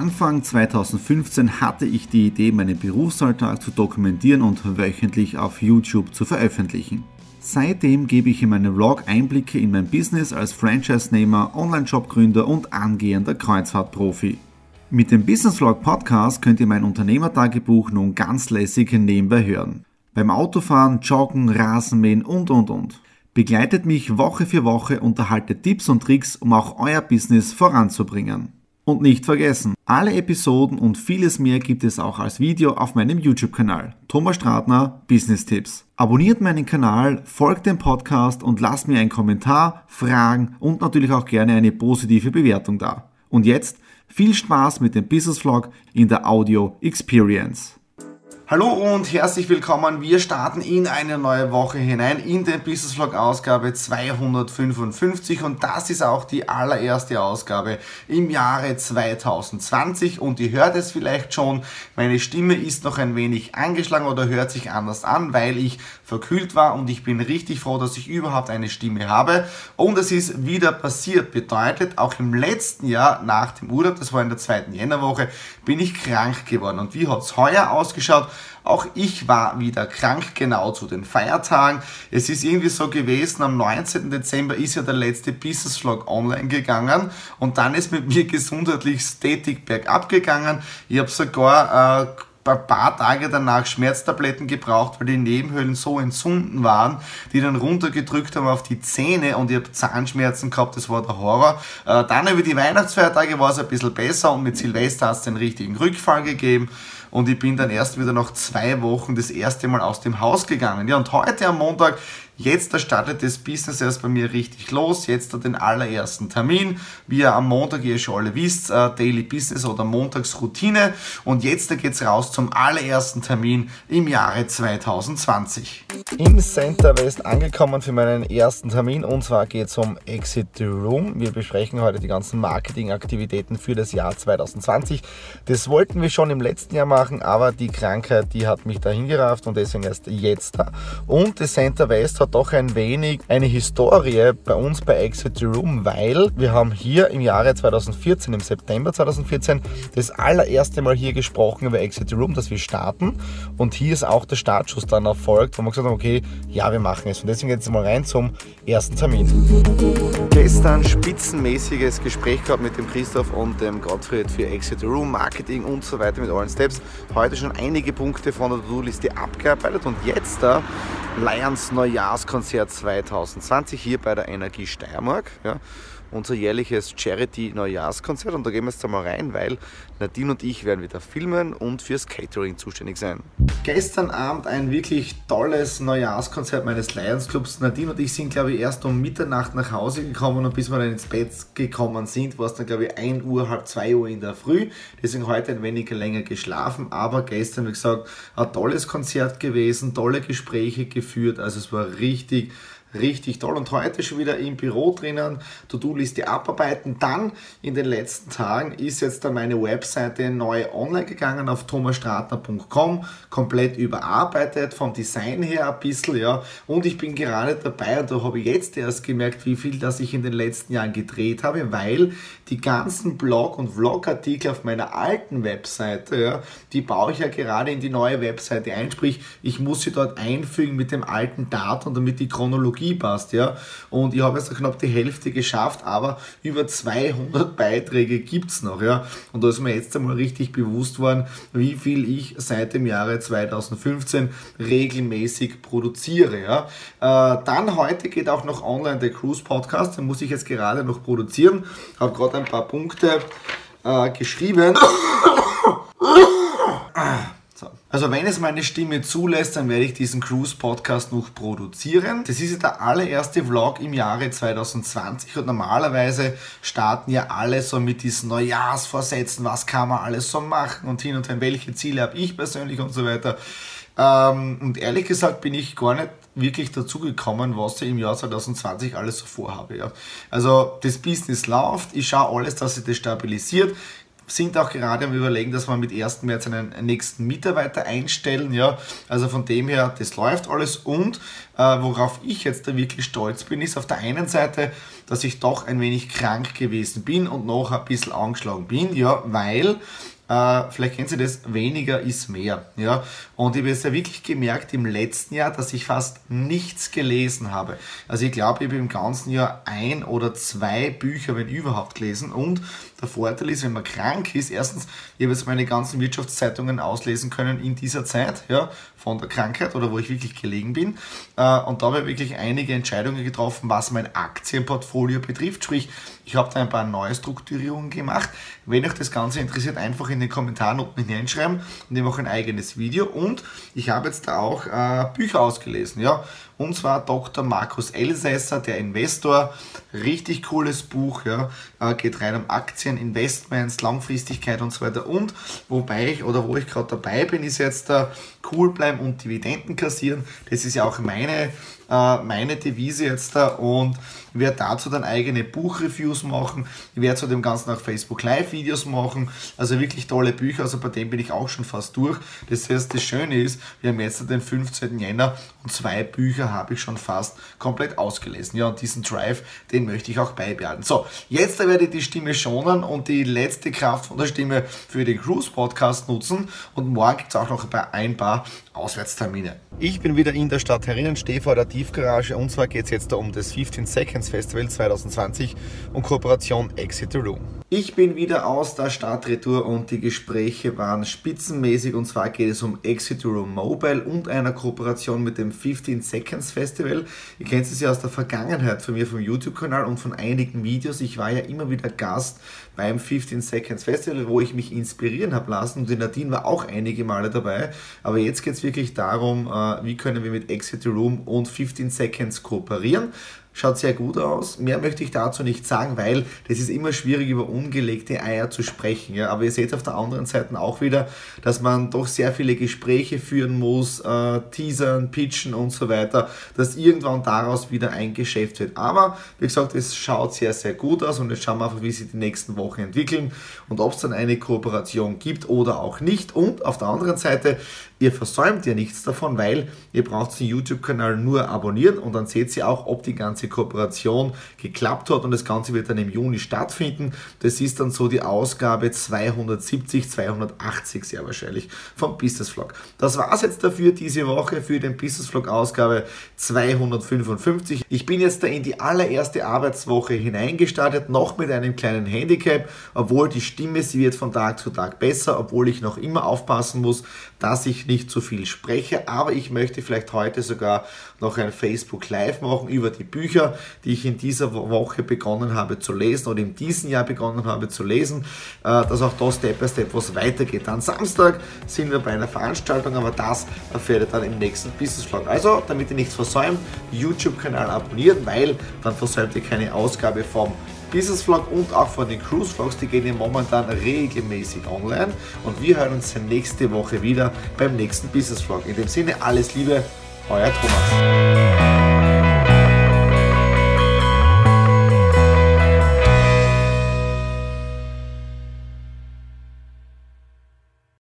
Anfang 2015 hatte ich die Idee, meinen Berufsalltag zu dokumentieren und wöchentlich auf YouTube zu veröffentlichen. Seitdem gebe ich in meinem Vlog Einblicke in mein Business als Franchise-Nehmer, Online-Shop-Gründer und angehender Kreuzfahrtprofi. Mit dem Business Vlog Podcast könnt ihr mein Unternehmertagebuch nun ganz lässig nebenbei hören. Beim Autofahren, Joggen, Rasenmähen und. Begleitet mich Woche für Woche und erhaltet Tipps und Tricks, um auch euer Business voranzubringen. Und nicht vergessen, alle Episoden und vieles mehr gibt es auch als Video auf meinem YouTube-Kanal. Thomas Stratner, Business Tipps. Abonniert meinen Kanal, folgt dem Podcast und lasst mir einen Kommentar, Fragen und natürlich auch gerne eine positive Bewertung da. Und jetzt viel Spaß mit dem Business Vlog in der Audio Experience. Hallo und herzlich willkommen. Wir starten in eine neue Woche hinein in den Business Vlog Ausgabe 255 und das ist auch die allererste Ausgabe im Jahre 2020 und ihr hört es vielleicht schon, meine Stimme ist noch ein wenig angeschlagen oder hört sich anders an, weil ich verkühlt war und ich bin richtig froh, dass ich überhaupt eine Stimme habe und es ist wieder passiert, bedeutet auch im letzten Jahr nach dem Urlaub, das war in der 2. Jännerwoche, bin ich krank geworden und wie hat es heuer ausgeschaut? Auch ich war wieder krank, genau zu den Feiertagen. Es ist irgendwie so gewesen, am 19. Dezember ist ja der letzte Business Vlog online gegangen und dann ist mit mir gesundheitlich stetig bergab gegangen. Ich habe sogar ein paar Tage danach Schmerztabletten gebraucht, weil die Nebenhöhlen so entzünden waren, die dann runtergedrückt haben auf die Zähne und ich habe Zahnschmerzen gehabt, das war der Horror. Dann über die Weihnachtsfeiertage war es ein bisschen besser und mit Silvester hat es den richtigen Rückfall gegeben. Und ich bin dann erst wieder nach 2 Wochen das erste Mal aus dem Haus gegangen. Ja, und heute am Montag, jetzt startet das Business erst bei mir richtig los. Jetzt den allerersten Termin. Wie ihr am Montag, ihr schon alle wisst, Daily Business oder Montagsroutine. Und jetzt geht's raus zum allerersten Termin im Jahre 2020. Im Center West angekommen für meinen ersten Termin. Und zwar geht es um Exit the Room. Wir besprechen heute die ganzen Marketingaktivitäten für das Jahr 2020. Das wollten wir schon im letzten Jahr machen, aber die Krankheit, die hat mich dahin gerafft und deswegen erst jetzt da. Und das Center West hat doch ein wenig eine Historie bei uns bei Exit the Room, weil wir haben hier im Jahre 2014, im September 2014, das allererste Mal hier gesprochen über Exit the Room, dass wir starten und hier ist auch der Startschuss dann erfolgt, wo wir gesagt haben, okay, ja, wir machen es und deswegen jetzt mal rein zum ersten Termin. Gestern spitzenmäßiges Gespräch gehabt mit dem Christoph und dem Gottfried für Exit the Room, Marketing und so weiter mit allen Steps. Heute schon einige Punkte von der To-Do-Liste abgearbeitet und jetzt da Lions Neujahrskonzert 2020 hier bei der Energie Steiermark. Ja, unser jährliches Charity-Neujahrskonzert und da gehen wir jetzt einmal rein, weil Nadine und ich werden wieder filmen und fürs Catering zuständig sein. Gestern Abend ein wirklich tolles Neujahrskonzert meines Lions Clubs. Nadine und ich sind, glaube ich, erst um Mitternacht nach Hause gekommen und bis wir dann ins Bett gekommen sind, war es dann, glaube ich, 1 Uhr, halb 2 Uhr in der Früh. Deswegen heute ein wenig länger geschlafen, aber gestern, wie gesagt, ein tolles Konzert gewesen, tolle Gespräche geführt, also es war richtig toll und heute schon wieder im Büro drinnen, To-Do-Liste abarbeiten. Dann in den letzten Tagen ist jetzt dann meine Webseite neu online gegangen auf thomasstratner.com, komplett überarbeitet, vom Design her ein bisschen, ja, und ich bin gerade dabei und da habe ich jetzt erst gemerkt, wie viel das ich in den letzten Jahren gedreht habe, weil die ganzen Blog- und Vlog-Artikel auf meiner alten Webseite, ja, die baue ich ja gerade in die neue Webseite ein, sprich, ich muss sie dort einfügen mit dem alten Datum, damit die Chronologie passt, ja, und ich habe jetzt knapp die Hälfte geschafft, aber über 200 Beiträge gibt es noch, ja, und da ist mir jetzt einmal richtig bewusst worden, wie viel ich seit dem Jahre 2015 regelmäßig produziere, ja. Dann heute geht auch noch online der Cruise Podcast, den muss ich jetzt gerade noch produzieren, habe gerade ein paar Punkte geschrieben. Also wenn es meine Stimme zulässt, dann werde ich diesen Cruise-Podcast noch produzieren. Das ist ja der allererste Vlog im Jahre 2020 und normalerweise starten ja alle so mit diesen Neujahrsvorsätzen, was kann man alles so machen und hin und her, welche Ziele habe ich persönlich und so weiter. Und ehrlich gesagt bin ich gar nicht wirklich dazu gekommen, was ich im Jahr 2020 alles so vorhabe. Ja. Also das Business läuft, ich schaue alles, dass sich das stabilisiert. sind auch gerade am Überlegen, dass wir mit 1. März einen nächsten Mitarbeiter einstellen. Ja. Also von dem her, das läuft alles. Und worauf ich jetzt da wirklich stolz bin, ist auf der einen Seite, dass ich doch ein wenig krank gewesen bin und noch ein bisschen angeschlagen bin, ja, weil vielleicht kennen Sie das, weniger ist mehr. Ja? Und ich habe jetzt ja wirklich gemerkt im letzten Jahr, dass ich fast nichts gelesen habe. Also ich glaube, ich habe im ganzen Jahr 1 oder 2 Bücher, wenn überhaupt, gelesen. Und der Vorteil ist, wenn man krank ist, erstens, ich habe jetzt meine ganzen Wirtschaftszeitungen auslesen können in dieser Zeit, ja, von der Krankheit oder wo ich wirklich gelegen bin. Und da habe ich wirklich einige Entscheidungen getroffen, was mein Aktienportfolio betrifft. Sprich, ich habe da ein paar Neustrukturierungen gemacht. Wenn euch das Ganze interessiert, einfach in den Kommentaren unten hineinschreiben und ich mache ein eigenes Video. Und ich habe jetzt da auch Bücher ausgelesen, ja. Und zwar Dr. Markus Elsässer, der Investor, richtig cooles Buch, ja, geht rein um Aktien, Investments, Langfristigkeit und so weiter. Und wo ich gerade dabei bin, ist jetzt cool bleiben und Dividenden kassieren. Das ist ja auch meine Devise jetzt da, und ich werde dazu dann eigene Buchreviews machen. Ich werde zu dem Ganzen auch Facebook Live Videos machen. Also wirklich tolle Bücher, also bei dem bin ich auch schon fast durch. Das heißt, das Schöne ist, wir haben jetzt den 15. Jänner und 2 Bücher habe ich schon fast komplett ausgelesen. Ja, und diesen Drive, den möchte ich auch beibehalten. So, jetzt werde ich die Stimme schonen und die letzte Kraft von der Stimme für den Cruise Podcast nutzen, und morgen gibt es auch noch ein paar Auswärtstermine. Ich bin wieder in der Stadt herinnen, stehe vor der Tiefgarage, und zwar geht es jetzt um das 15 Seconds Festival 2020 und Kooperation Exit the Room. Ich bin wieder aus der Stadt retour und die Gespräche waren spitzenmäßig, und zwar geht es um Exit the Room Mobile und einer Kooperation mit dem 15 Seconds Festival. Ihr kennt es ja aus der Vergangenheit von mir vom YouTube-Kanal und von einigen Videos. Ich war ja immer wieder Gast beim 15 Seconds Festival, wo ich mich inspirieren habe lassen, und die Nadine war auch einige Male dabei. Aber jetzt geht es wirklich darum, wie können wir mit Exit the Room und 15 Seconds kooperieren. Schaut sehr gut aus. Mehr möchte ich dazu nicht sagen, weil das ist immer schwierig, über ungelegte Eier zu sprechen. Ja? Aber ihr seht auf der anderen Seite auch wieder, dass man doch sehr viele Gespräche führen muss, teasern, pitchen und so weiter, dass irgendwann daraus wieder ein Geschäft wird. Aber wie gesagt, es schaut sehr, sehr gut aus, und jetzt schauen wir einfach, wie sich die nächsten Wochen entwickeln und ob es dann eine Kooperation gibt oder auch nicht. Und auf der anderen Seite, ihr versäumt ja nichts davon, weil ihr braucht den YouTube-Kanal nur abonnieren, und dann seht ihr auch, ob die ganze Kooperation geklappt hat, und das Ganze wird dann im Juni stattfinden. Das ist dann so die Ausgabe 270, 280 sehr wahrscheinlich vom Business Vlog. Das war es jetzt dafür diese Woche für den Business Vlog Ausgabe 255. Ich bin jetzt da in die allererste Arbeitswoche hineingestartet, noch mit einem kleinen Handicap, obwohl die Stimme, sie wird von Tag zu Tag besser, obwohl ich noch immer aufpassen muss, dass ich nicht zu viel spreche, aber ich möchte vielleicht heute sogar noch ein Facebook Live machen über die Bücher, die ich in dieser Woche begonnen habe zu lesen oder in diesem Jahr begonnen habe zu lesen, dass auch da Step by Step was weitergeht. Dann Samstag sind wir bei einer Veranstaltung, aber das erfährt ihr dann im nächsten Business Vlog. Also, damit ihr nichts versäumt, YouTube-Kanal abonnieren, weil dann versäumt ihr keine Ausgabe vom Business Vlog und auch von den Cruise Vlogs, die gehen ja momentan regelmäßig online, und wir hören uns nächste Woche wieder beim nächsten Business Vlog. In dem Sinne, alles Liebe, euer Thomas.